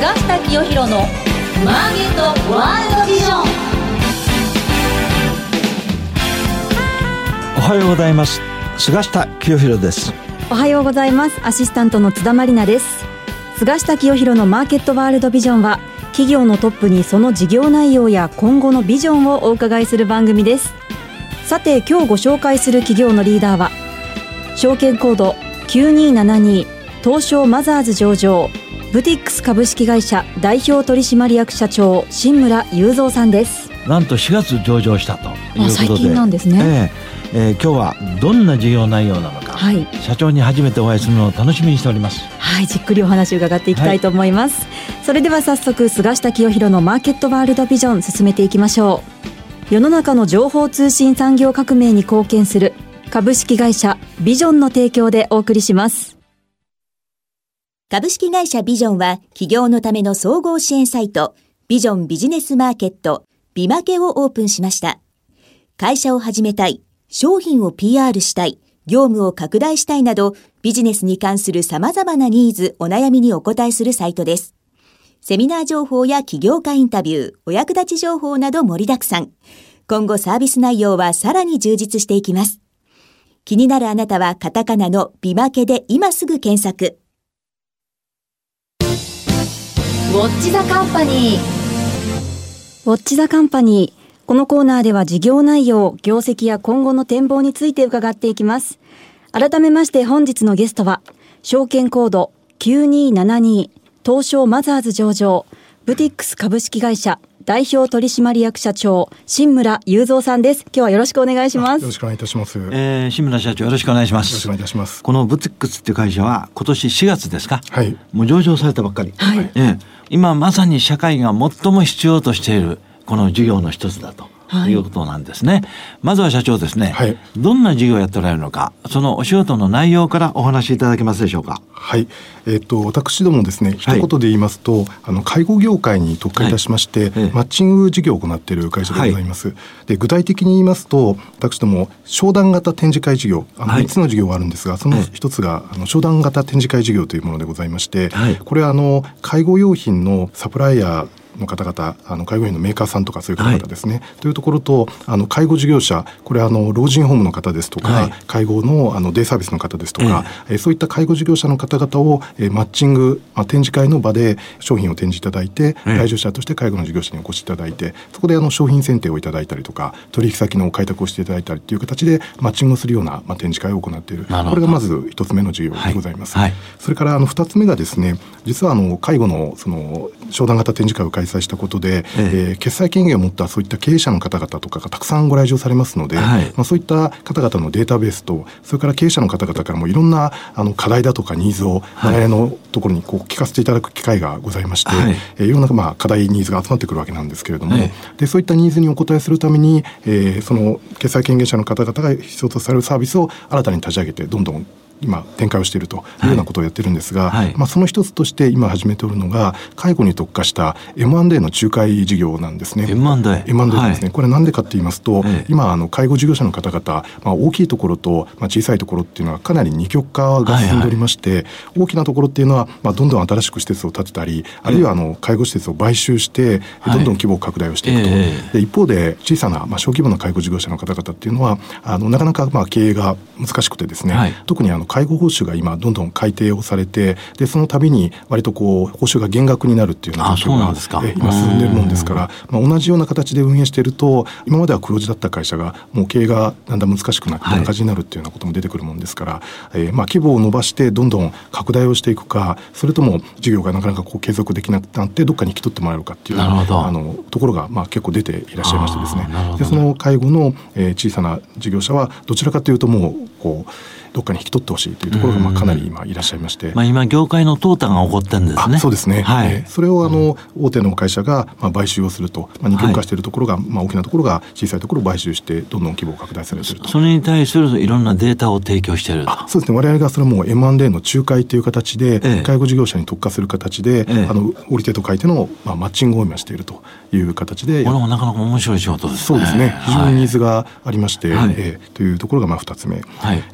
下清弘のマーケットワールドビジョン。 おはようございます。菅下清弘です。 おはようございます。アシスタントの津田まりなです。菅下清弘のマーケットワールドビジョンは、企業のトップにその事業内容や今後のビジョンをお伺いする番組です。さて、今日ご紹介する企業のリーダーは、証券コード9272東証マザーズ上場ブティックス株式会社代表取締役社長新村雄三さんです。 なんと4月上場したということで、 最近なんですね。 今日はどんな事業内容なのか、社長に初めてお会いするのを楽しみにしております。 じっくりお話を伺っていきたいと思います。それでは早速、菅下清弘のマーケットワールドビジョン進めていきましょう。世の中の情報通信産業革命に貢献する株式会社ビジョンの提供でお送りします。 株式会社ビジョンは企業のための総合支援サイトビジョンビジネスマーケットビマケをオープンしました。会社を始めたい、商品を PR したい、業務を拡大したいなどビジネスに関する様々なニーズ、お悩みにお答えするサイトです。セミナー情報や起業家インタビュー、お役立ち情報など盛りだくさん。今後サービス内容はさらに充実していきます。気になるあなたはカタカナのビマケで今すぐ検索。 ウォッチザカンパニー。 ウォッチザカンパニー。このコーナーでは事業内容、業績や今後の展望について伺っていきます。改めまして本日のゲストは、証券コード9272東証マザーズ上場ブティックス株式会社代表取締役社長新村雄三さんです。今日はよろしくお願いします。 よろしくお願いいたします。 新村社長、よろしくお願いします。 よろしくお願いいたします。 このブティックスっていう会社は今年4月ですか、もう上場されたばっかり、今まさに社会が最も必要としているこの事業の一つだということなんですね。まずは社長ですね、どんな事業をやっておられるのか、そのお仕事の内容からお話しいただけますでしょうか。 私どもですね、一言で言いますと、介護業界に特化いたしまして、マッチング事業を行っている会社でございます。で、具体的に言いますと、私ども商談型展示会事業、3つの事業があるんですが、その一つが商談型展示会事業というものでございまして、これは介護用品のサプライヤーの方々、介護費のメーカーさんとかそういう方々ですね、というところと、介護事業者、これは老人ホームの方ですとか、介護のデイサービスの方ですとか、そういった介護事業者の方々をマッチング、展示会の場で商品を展示いただいて、来場者として介護の事業者にお越しいただいて、そこで商品選定をいただいたりとか、取引先の開拓をしていただいたりという形でマッチングするような、展示会を行っている。これがまず一つ目の事業でございます。それから二つ目がですね、実は介護のその商談型展示会を開催したことで、決済権限を持ったそういった経営者の方々とかがたくさんご来場されますので、そういった方々のデータベースと、それから経営者の方々からもいろんな課題だとかニーズを我々のところに聞かせていただく機会がございまして、いろんな課題ニーズが集まってくるわけなんですけれども、でそういったニーズにお応えするために、その決済権限者の方々が必要とされるサービスを新たに立ち上げてどんどん今展開をしているというようなことをやってるんですが、その一つとして今始めておるのが介護に特化した M&A の仲介事業なんですね。 M&A ですね。これは何でかって言いますと、今介護事業者の方々、大きいところと、小さいところっていうのはかなり二極化が進んでおりまして、大きなところっていうのは、どんどん新しく施設を建てたり、あるいは介護施設を買収してどんどん規模を拡大をしていくと、で一方で小さな、小規模な介護事業者の方々っていうのはなかなか経営が難しくてですね、特に介護報酬が今どんどん改定をされて、でその度に割と報酬が減額になるっていうような状況が今進んでいるもんですから、同じような形で運営していると、今までは黒字だった会社がもう経営がだんだん難しくなって赤字になるっていうようなことも出てくるもんですから、規模を伸ばしてどんどん拡大をしていくか、それとも事業がなかなか継続できなくなってどっかに引き取ってもらえるかっていうところが結構出ていらっしゃいましてですね、でその介護の小さな事業者はどちらかというともうどっかに引き取ってほしいというところがかなり今いらっしゃいまして、 今業界の淘汰が起こってるんですね。 そうですね、それを大手の会社が買収をすると、二極化しているところが、大きなところが小さいところを買収してどんどん規模を拡大されていると。 それに対するいろんなデータを提供していると。 そうですね、我々がそれも M&A の仲介という形で、介護事業者に特化する形で、売り手と買い手の、マッチングを今しているという形で。 これもなかなか面白い仕事ですね。 そうですね、非常にニーズがありまして、というところが2つ目、それから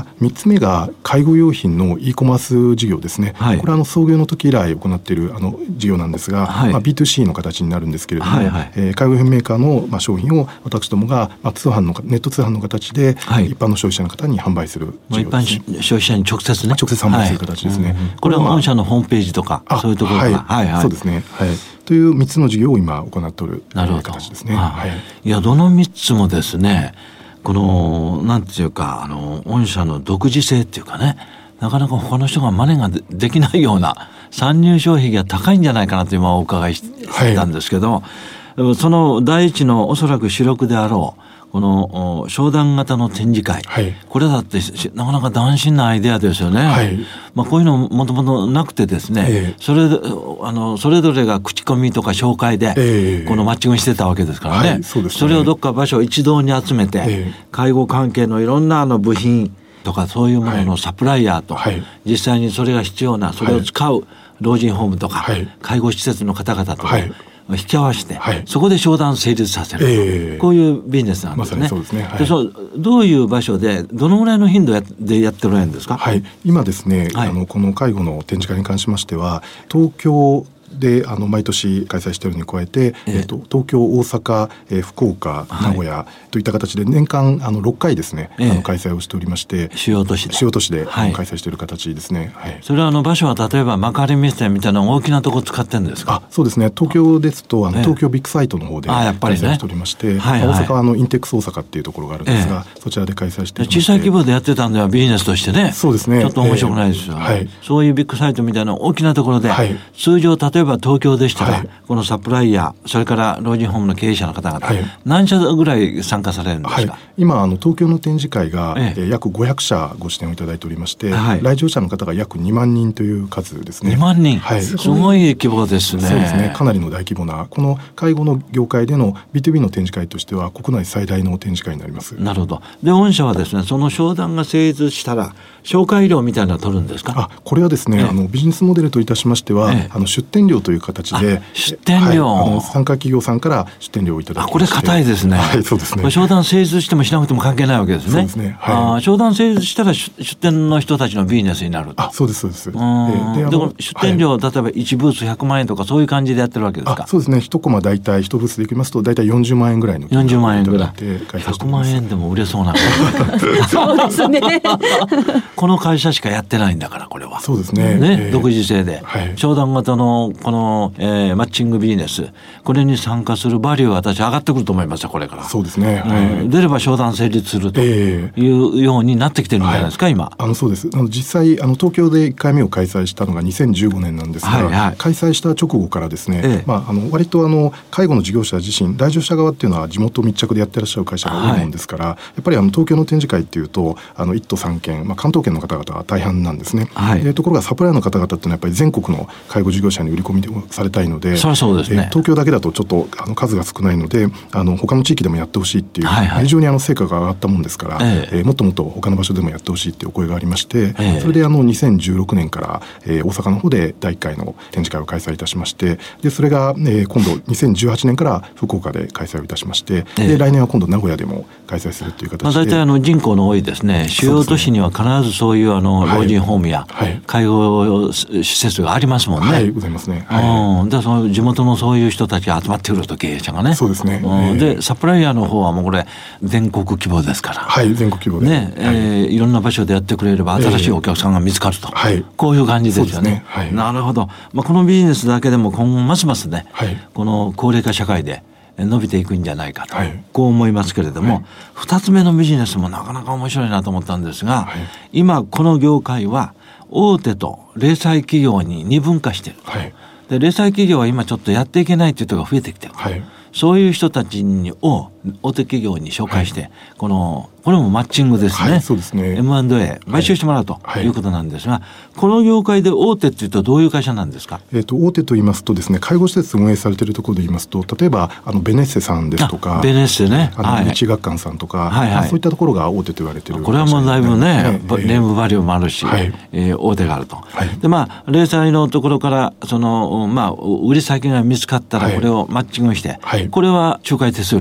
から3つ目が介護用品の e コマース事業ですね、はい、これは創業の時以来行っている事業なんですが、はい、B2C の形になるんですけれども、はいはい、介護用品メーカーの商品を私どもがネット通販の形で一般の消費者の方に販売する事業ですね。 一般消費者に直接ね、 直接販売する形ですね、はい、 これは御社のホームページとかそういうところが、 はいはい、そうですね、はい、という3つの事業を今行っておる形ですね。 はい、いやどの3つもですね、このなんていうか御社の独自性っていうかね、なかなか他の人が真似が できないような参入障壁が高いんじゃないかなと今お伺いしてたんですけど、はい、その第一のおそらく主力であろうこの商談型の展示会、はい、これだってなかなか斬新なアイデアですよね、はい、まあ、こういうのもともとなくてですね、それぞれが口コミとか紹介でこのマッチングしてたわけですからね、はい、そうですね、それをどっか場所を一堂に集めて、介護関係のいろんな部品とかそういうもののサプライヤーと、はい、実際にそれが必要なそれを使う老人ホームとか、はい、介護施設の方々とか、はい、引き合わせて、はい、そこで商談成立させる、こういうビジネスなんですね。まさにそうですね、はい、でどういう場所でどのぐらいの頻度でやっておられるんですか。 はい、今ですね、はい、この介護の展示会に関しましては東京で毎年開催しているのに加えて、東京、大阪、福岡、名古屋といった形で年間6回ですね、開催をしておりまして、 主要都市で開催している形ですね、はい、 それは場所は例えば幕張メッセみたいな大きなところ使ってるんですか。 そうですね、東京ですと東京ビッグサイトの方で開催しておりまして、大阪はインテックス大阪っていうところがあるんですが、そちらで開催しておりまして、 小さい規模でやってたんではビジネスとしてね、そうですね、ちょっと面白くないですよ、はい、そういうビッグサイトみたいな大きなところで、はい、通常例えば東京でしたら、はい、このサプライヤーそれから老人ホームの経営者の方々、はい、何社ぐらい参加されるんですか。 はい、今東京の展示会が、約500社ご出展をいただいておりまして、はい、来場者の方が約2万人という数ですね。 2万人、はい、すごい規模ですね。 そうですね、かなりの大規模なこの介護の業界での B2B の展示会としては国内最大の展示会になります。 なるほど。で御社はですね、その商談が成立したら紹介料みたいなのを取るんですか。 これはですね、ビジネスモデルといたしましては、出店料という形で出店料、 はい、参加企業さんから出店料をいただきまして、 これ硬いですね。 はい、そうですね。 商談成立してもしなくても関係ないわけですね。 そうですね、はい、 商談成立したら出店の人たちのビジネスになると。 そうですそうです。で出店料、はい、例えば1ブース100万円とかそういう感じでやってるわけですか。 そうですね、1コマ大体1ブースでいきますと大体40万円ぐらいの 40万円ぐらい100万円でも売れそうなそうですねこの会社しかやってないんだから、これはそうですね、 独自性で、はい、商談型のこの、マッチングビジネス、これに参加するバリューは私上がってくると思いますよ、これから。 そうですね、はい、 出れば商談成立するというようになってきてるんじゃないですか、今。 そうです。実際東京で1回目を開催したのが2015年なんですが、はいはい、開催した直後からですね、割と介護の事業者自身、来場者側っていうのは地元密着でやってらっしゃる会社が多いもんですから、やっぱり東京の展示会っていうと1都3県、関東圏の方々は大半なんですね、はい、ところがサプライヤーの方々っていうのはやっぱり全国の介護事業者に売り込みされたいので、 そうですね、 東京だけだとちょっと数が少ないので他の地域でもやってほしいっていう、はいはい、非常に成果が上がったもんですから、もっともっと他の場所でもやってほしいっていうお声がありまして、それで2016年から、大阪の方で第1回の展示会を開催いたしまして、でそれが、今度2018年から福岡で開催をいたしまして、で来年は今度名古屋でも開催するという形で、 大体人口の多いですね、主要都市には必ずそういう老人ホームや介護施設がありますもんね。 はい、ございますね。はい、 でその地元のそういう人たちが集まってくると、経営者がね。 そうですね。 でサプライヤーの方はもうこれ全国規模ですから。 はい、全国規模でね、いろんな場所でやってくれれば新しいお客さんが見つかると、こういう感じですよね。はい、なるほど。このビジネスだけでも今後ますますね、この高齢化社会で伸びていくんじゃないかと、こう思いますけれども、2つ目のビジネスもなかなか面白いなと思ったんですが、今この業界は大手と零細企業に二分化している、で零細企業は今ちょっとやっていけないという人が増えてきている、そういう人たちを大手企業に紹介して、これもマッチングですね。 そうですね。 M&A 買収してもらうということなんですが、この業界で大手っていうとどういう会社なんですか。 大手と言いますとですね、介護施設運営されているところで言いますと、例えばベネッセさんですとか、 ベネッセね、 日学館さんとか、そういったところが大手と言われている。 これはもうだいぶね、ネームバリューもあるし、大手があると。で零細のところから売り先が見つかったらこれをマッチングして、これは仲介手数料ですか。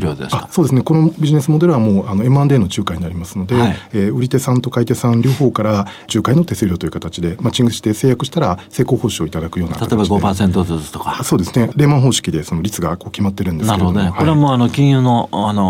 そうですね。このビジネスモデルはもうM&A の仲介になりますので、売り手さんと買い手さん両方から仲介の手数料という形でマッチングして制約したら成功報酬をいただくような形で、 例えば 5% ずつとか。 そうですね。レーマン方式でその率が決まってるんですけれども。 なるほどね。これはもう金融の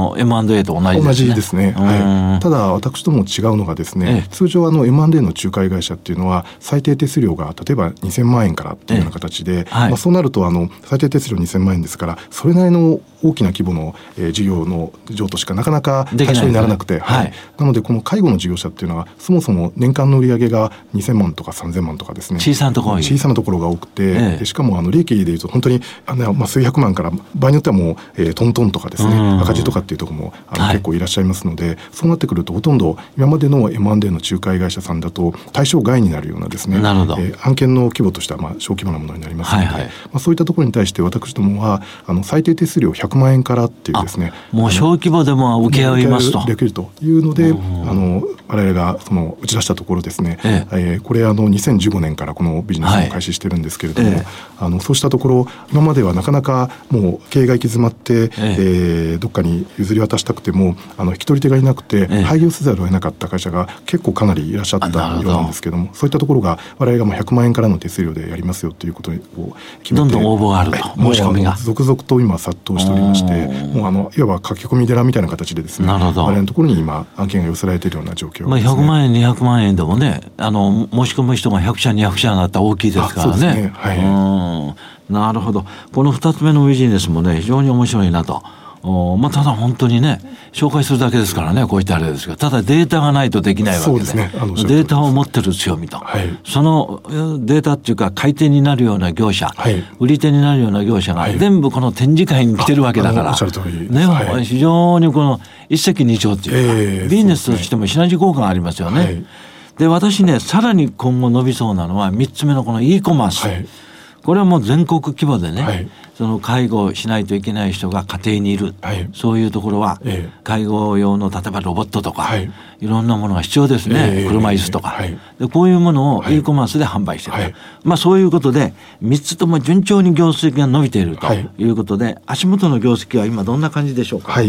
M&A と同じですね。 同じですね。ただ私ども違うのがですね、通常M&A の仲介会社っていうのは最低手数料が例えば2000万円からっていうような形で、そうなると最低手数料2000万円ですから、それなりの大きな規模の事業の譲渡しかなかなか対象にならなくて、なのでこの介護の事業者っていうのはそもそも年間の売上が2000万とか3000万とかですね、 小さなところが多くて、でしかも利益でいうと本当に数百万から場合によってはもうトントンとかですね、赤字とかっていうところも結構いらっしゃいますので、そうなってくるとほとんど今までの M&A の仲介会社さんだと対象外になるようなですね、案件の規模としては小規模なものになりますので、そういったところに対して私どもは最低手数料100万円からっていうですね、 もう小規模でも請け負いますとできるというので、我々が打ち出したところですね、これ2015年からこのビジネスを開始してるんですけれども、そうしたところ今まではなかなかもう経営が行き詰まって、どっかに譲り渡したくても引き取り手がいなくて廃業せざるを得なかった会社が結構かなりいらっしゃったようなんですけども、そういったところが我々がもう100万円からの手数料でやりますよということを決めて、 どんどん応募があると、申し込みが続々と今殺到しておりまして、もういわば書き込み寺みたいな形でですね、我々のところに今案件が寄せられているような状況ですね。 100万円200万円でもね、申し込む人が100社200社になったら大きいですからね。 そうですね。 なるほど。この2つ目のビジネスもね非常に面白いなと。ただ本当にね紹介するだけですからね、こういったあれですが、ただデータがないとできないわけで、データを持ってる強みと、そのデータっていうか買い手になるような業者、売り手になるような業者が全部この展示会に来てるわけだから、ね、非常にこの一石二鳥っていうか、ビジネスとしてもシナジー効果がありますよね。で私ねさらに今後伸びそうなのは3つ目のこの e コマース、これはもう全国規模でね、その介護をしないといけない人が家庭にいる、そういうところは、介護用の例えばロボットとか、いろんなものが必要ですね、車椅子とか、でこういうものを e コマースで販売している、そういうことで3つとも順調に業績が伸びているということで、足元の業績は今どんな感じでしょうか。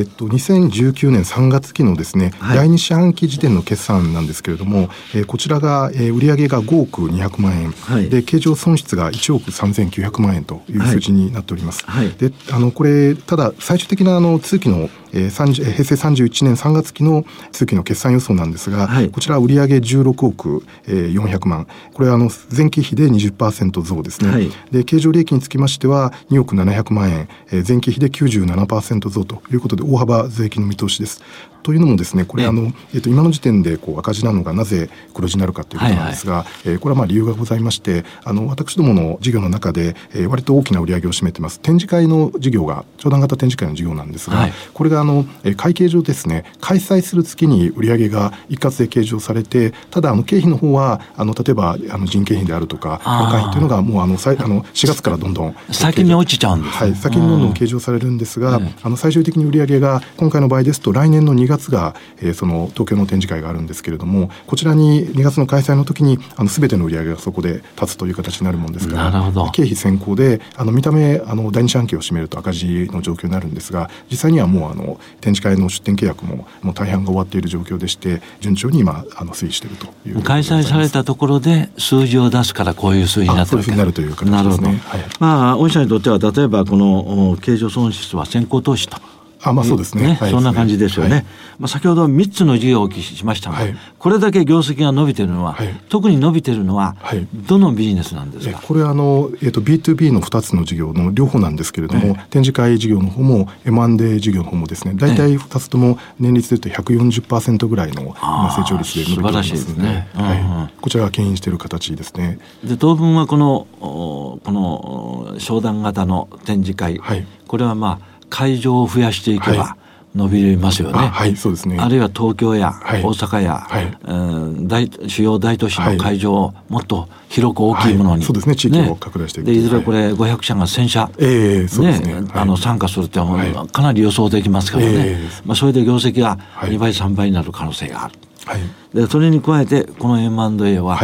2019年3月期のですね、第2四半期時点の決算なんですけれども、こちらが、売上が5億200万円、で経常損失が1億3900万円という数字になっております。でこれただ最終的な通期の平成31年3月期の通期の決算予想なんですが、こちら売上16億400万、これは前期比で 20% 増ですね。で経常利益につきましては2億700万円、前期比で 97% 増ということで大幅増益の見通しです。というのもですね、これ今の時点で赤字なのがなぜ黒字になるかということなんですが、これは理由がございまして、私どもの事業の中で、割と大きな売り上げを占めてます展示会の事業が商談型展示会の事業なんですが、これが会計上ですね、開催する月に売り上げが一括で計上されて、ただ経費の方は例えば人件費であるとか保管費というのがもう4月からどんどん先に落ちちゃうんです、 先にどんどん計上されるんですが、最終的に売り上げが今回の場合ですと来年の2月がその東京の展示会があるんですけれども、こちらに2月の開催の時に全ての売り上げがそこで立つという形になるもんですから、経費先行で見た目第二四半期を占めると赤字の状況になるんですが、実際にはもう展示会の出展契約も大半が終わっている状況でして、順調に今推移しているという。 開催されたところで数字を出すからこういう数字になってるわけ。 そういうふうになるという形ですね。 御社にとっては例えばこの経常損失は先行投資と。 そうですね。 そんな感じですよね。先ほど3つの事業をお聞きしましたが、これだけ業績が伸びているのは、特に伸びているのは、どのビジネスなんですか。 これはB2B の2つの事業の両方なんですけれども、展示会事業の方も M&A 事業の方もですね、大体2つとも年率で言うと 140% ぐらいの成長率で伸びていますので、こちらが牽引している形ですね。 で当分はこの商談型の展示会、これは会場を増やしていけば伸びますよね。 そうですね。 あるいは東京や大阪や、主要大都市の会場をもっと広く大きいものに、 そうですね、地域を拡大していく。 でいずれこれ500社が1000社、参加するってかなり予想できますからね、それで業績が2倍3倍になる可能性がある。でそれに加えてこの M&A は、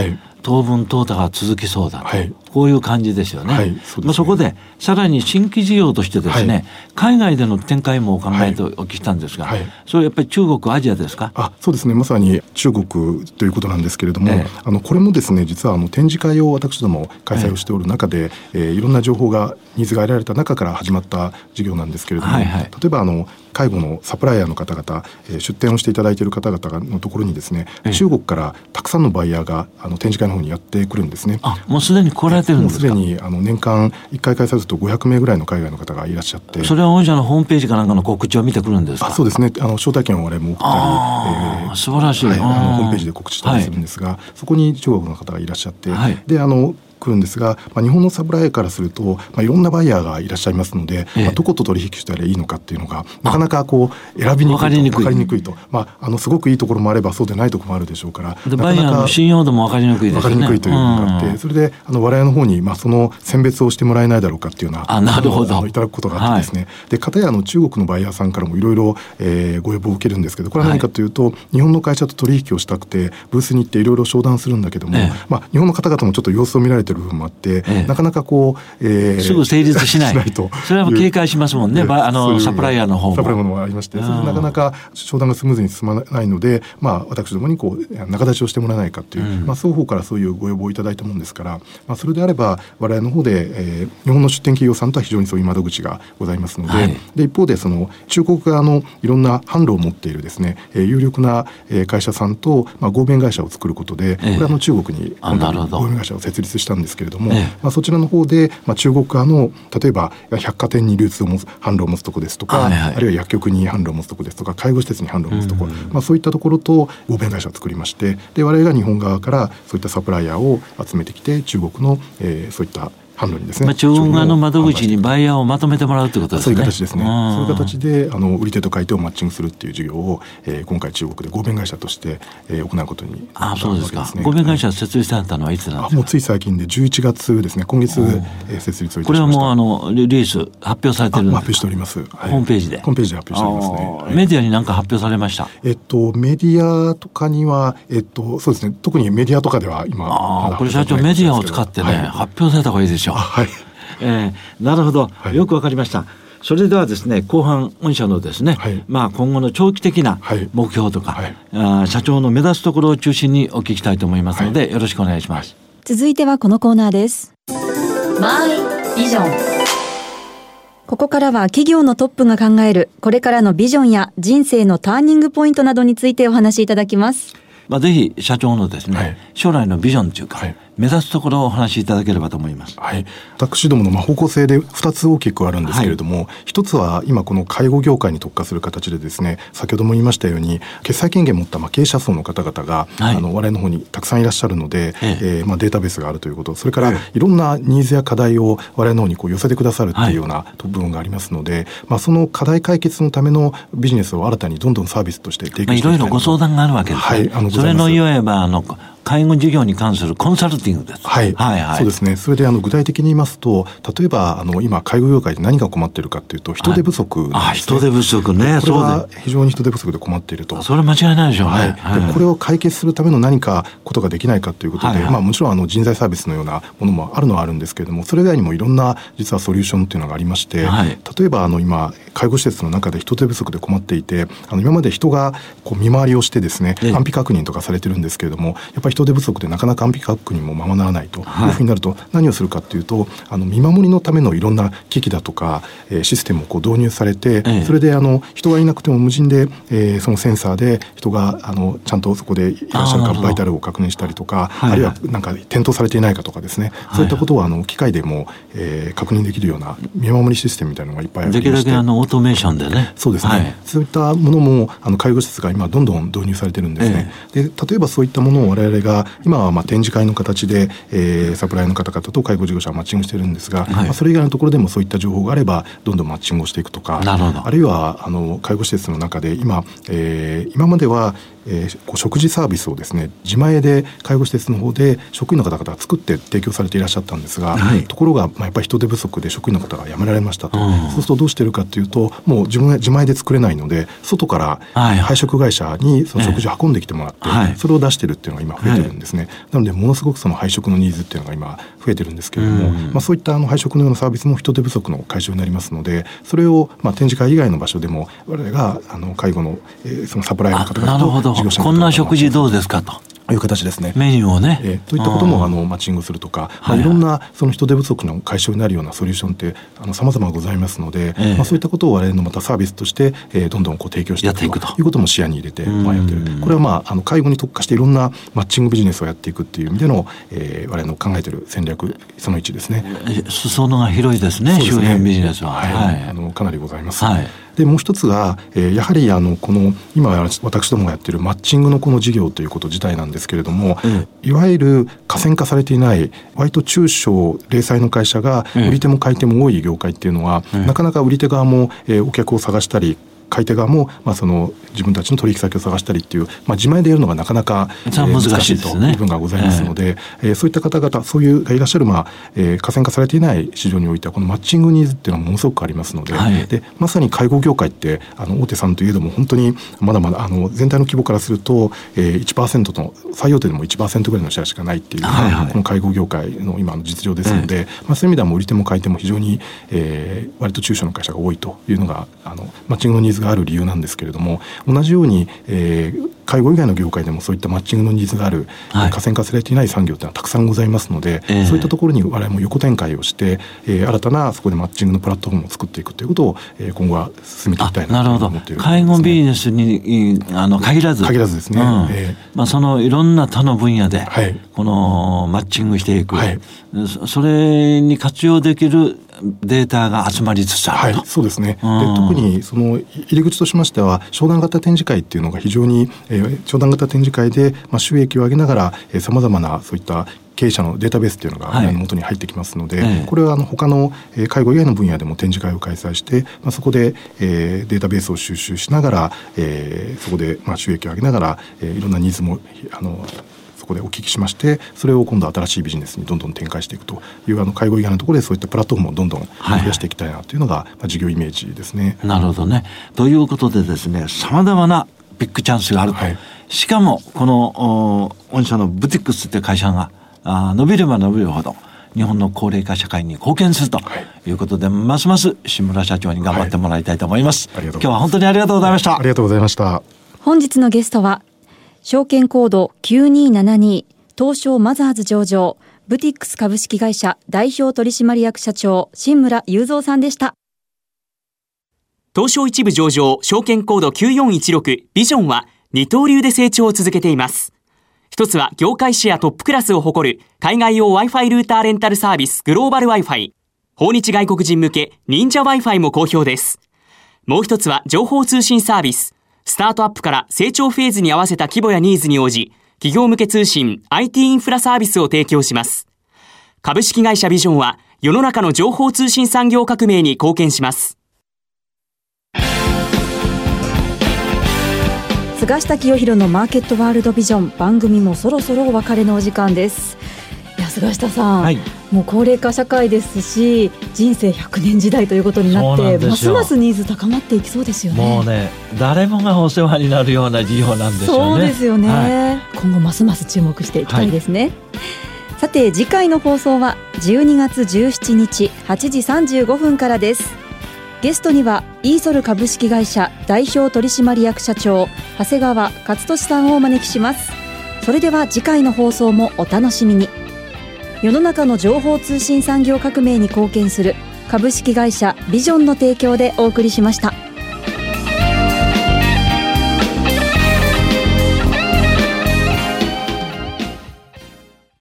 当分淘汰が続きそうだと、 はい、 こういう感じですよね。はい、そうですね。そこでさらに新規事業としてですね、はい、海外での展開もお考えとお聞きしたんですが、はい、それやっぱり中国アジアですか？ そうですね、まさに中国ということなんですけれども、これもですね実は展示会を私ども開催をしておる中で、いろんな情報がニーズが得られた中から始まった事業なんですけれども、はいはい、例えば介護のサプライヤーの方々、出展をしていただいている方々のところにですね、中国からたくさんのバイヤーが展示会の方にやってくるんですね。 もうすでに来られてるんですか？ もうすでに年間1回開催すると500名ぐらいの海外の方がいらっしゃって、 それは御社のホームページかなんかの告知を見てくるんですか？ そうですね、招待券を我々も送ったり、 素晴らしい、 ホームページで告知したりするんですが、そこに中国の方がいらっしゃって、で来るんですが、日本のサプライヤーからすると、いろんなバイヤーがいらっしゃいますので、どこと取引したらいいのかっていうのがなかなか選びにくいと、分かりにくいと、すごくいいところもあればそうでないところもあるでしょうから、 でバイヤーの信用度も分かりにくいですね。 分かりにくいというのがあって、それで我々の方にその選別をしてもらえないだろうかっていうような、 なるほど、 いただくことがあってですね、で片や中国のバイヤーさんからもいろいろご要望を受けるんですけど、これは何かというと、日本の会社と取引をしたくてブースに行っていろいろ商談するんだけども、日本の方々もちょっと様子を見られてる部分もあって、なかなかすぐ成立しないと、 それは警戒しますもんね、サプライヤーの方も。 サプライヤーもありまして、それでなかなか商談がスムーズに進まないので、私どもに仲立ちをしてもらえないかという、双方からそういうご要望をいただいたものですから、それであれば我々の方で、日本の出展企業さんとは非常にそういう窓口がございますので、で一方で中国側のいろんな販路を持っているですね、有力な会社さんと、合弁会社を作ることで、これは中国に合弁会社を設立したんですけれども、そちらの方で、中国側の例えば百貨店に流通を持つ販路を持つとこですとか、あるいは薬局に販路を持つとこですとか、介護施設に販路を持つとこ、そういったところと合弁会社を作りまして、で我々が日本側からそういったサプライヤーを集めてきて、中国の、そういった販路にですね、 中国側の窓口にバイヤーをまとめてもらうということですね。 そういう形ですね。そういう形で売り手と買い手をマッチングするっていう事業を、今回中国で合弁会社として、行うことになったわけですね。 そうですか。合弁会社設立されたのはいつなんですか？ もうつい最近で11月ですね。今月、設立をいたしました。 これはもうリリース発表されてるんですか？ 発表しております。 ホームページで。 ホームページで発表しておりますね。 メディアに何か発表されました？ メディアとかにはそうですね。特にメディアとかでは今これ社長メディアを使ってね、発表された方がいいですよ。 はい。 なるほど、よくわかりました。それではですね、後半御社のですね、今後の長期的な目標とか、社長の目指すところを中心にお聞きしたいと思いますので、よろしくお願いします。 続いてはこのコーナーです。 マイビジョン。 ここからは企業のトップが考えるこれからのビジョンや人生のターニングポイントなどについてお話しいただきます。 ぜひ社長のですね、将来のビジョンというか、目指すところをお話しいただければと思います。 私どもの方向性で2つ大きくあるんですけれども、一つは今この介護業界に特化する形でですね、先ほども言いましたように決済権限を持った経営者層の方々が、我々の方にたくさんいらっしゃるので、データベースがあるということ、それからいろんなニーズや課題を我々の方に寄せてくださるっていうような部分がありますので、その課題解決のためのビジネスを新たにどんどんサービスとして提供していきたい。 いろいろご相談があるわけですね。それのいわば介護事業に関するコンサルティングです。 そうですね。それで具体的に言いますと、例えば今介護業界で何が困っているかというと、人手不足なんですね。 人手不足ね。 これは非常に人手不足で困っていると。 それは間違いないでしょうね。 でこれを解決するための何かことができないかということで、もちろん人材サービスのようなものもあるのはあるんですけれども、それ以外にもいろんな実はソリューションというのがありまして、例えば今介護施設の中で人手不足で困っていて、今まで人が見回りをしてですね、安否確認とかされてるんですけれども、やっぱり人手不足でなかなか安否確認もままならないというふうになると、何をするかというと、見守りのためのいろんな機器だとかシステムを導入されて、それで人がいなくても無人でそのセンサーで人がちゃんとそこでいらっしゃるかバイタルを確認したりとか、あるいはなんか転倒されていないかとかですね、そういったことは機械でも確認できるような見守りシステムみたいなのがいっぱいありまして、 できるだけオートメーションでね。 そうですね、そういったものも介護施設が今どんどん導入されてるんですね。で例えばそういったものを我々が今は展示会の形で、サプライの方々と介護事業者はマッチングしてるんですが、それ以外のところでもそういった情報があればどんどんマッチングをしていくとか、あるいは介護施設の中で今までは食事サービスをですね、自前で介護施設の方で職員の方々が作って提供されていらっしゃったんですが、ところがやっぱり人手不足で職員の方が辞められましたと。そうするとどうしてるかというと、もう自前で作れないので外から配食会社にその食事を運んできてもらって、それを出してるっていうのが今増えてるんですね。なのでものすごくその配食のニーズっていうのが今増えてるんですけれども、そういった配食のようなサービスも人手不足の解消になりますので、それを展示会以外の場所でも我々が介護のそのサプライヤーの方々と事業者の方々とこんな食事どうですかという形ですね。 メニューをね、 といったこともマッチングするとか、いろんなその人手不足の解消になるようなソリューションって様々ございますので、そういったことを我々のまたサービスとして、どんどん提供していくということも視野に入れてやってる。これは介護に特化していろんなマッチングビジネスをやっていくっていう意味での、我々の考えている戦略その1ですね。 裾野が広いですね、周辺ビジネスは。 かなりございます。でもう一つが、やはりこの今私どもがやっているマッチングのこの事業ということ自体なんですけれども、いわゆる河川化されていない割と中小零細の会社が売り手も買い手も多い業界っていうのは、なかなか売り手側も、お客を探したり買い手側も、その自分たちの取引先を探したりっていう、自前でやるのがなかなか、難しいという部分がございますので、そういった方々そういうがいらっしゃる、河川化されていない市場においてはこのマッチングニーズっていうのはものすごくありますので、でまさに介護業界って大手さんといえども本当にまだまだ全体の規模からすると、1% の最大手でも 1% ぐらいのシェアしかないっていう、この介護業界の今の実情ですので、そういう意味ではもう売り手も買い手も非常に、割と中小の会社が多いというのがマッチングのニーズがある理由なんですけれども、同じように、介護以外の業界でもそういったマッチングのニーズがある、河川化されていない産業というのはたくさんございますので、そういったところに我々も横展開をして、新たなそこでマッチングのプラットフォームを作っていくということを、今後は進めていきたいなと思っている、 介護ビジネスに限らずですね、 そのいろんな他の分野で、このマッチングしていく、それに活用できるデータが集まりつつあると。 そうですね。で特にその入り口としましては商談型展示会っていうのが非常に、商談型展示会で、収益を上げながらさまざまなそういった経営者のデータベースっていうのが元に入ってきますので、これは他の介護以外の分野でも展示会を開催して、そこでデータベースを収集しながら、そこで収益を上げながら、いろんなニーズもそこでお聞きしまして、それを今度新しいビジネスにどんどん展開していくという介護以外のところでそういったプラットフォームをどんどん増やしていきたいなというのが、事業イメージですね。 なるほどね。ということでですね、さまざまなビッグチャンスがあると、しかもこの御社のブティックスという会社が伸びれば伸びるほど日本の高齢化社会に貢献するということで、ますます志村社長に頑張ってもらいたいと思います。今日は本当にありがとうございました。 ありがとうございました。 本日のゲストは証券コード9272東証マザーズ上場ブティックス株式会社代表取締役社長新村雄三さんでした。 東証一部上場証券コード9416ビジョンは二刀流で成長を続けています。一つは業界シェアトップクラスを誇る海外用 Wi-Fi ルーターレンタルサービスグローバル Wi-Fi。訪日外国人向け忍者 Wi-Fi も好評です。もう一つは情報通信サービス。スタートアップから成長フェーズに合わせた規模やニーズに応じ、企業向け通信 IT インフラサービスを提供します。株式会社ビジョンは世の中の情報通信産業革命に貢献します。 菅下清弘のマーケットワールドビジョン、番組もそろそろお別れのお時間です。いや菅下さん、もう高齢化社会ですし人生100年時代ということになってますますニーズ高まっていきそうですよね。 もうね、誰もがお世話になるような事業なんですよね。 そうですよね、今後ますます注目していきたいですね。さて次回の放送は12月17日8時35分からです。ゲストにはイーソル株式会社代表取締役社長長谷川勝利さんをお招きします。それでは次回の放送もお楽しみに。世の中の情報通信産業革命に貢献する株式会社ビジョンの提供でお送りしました。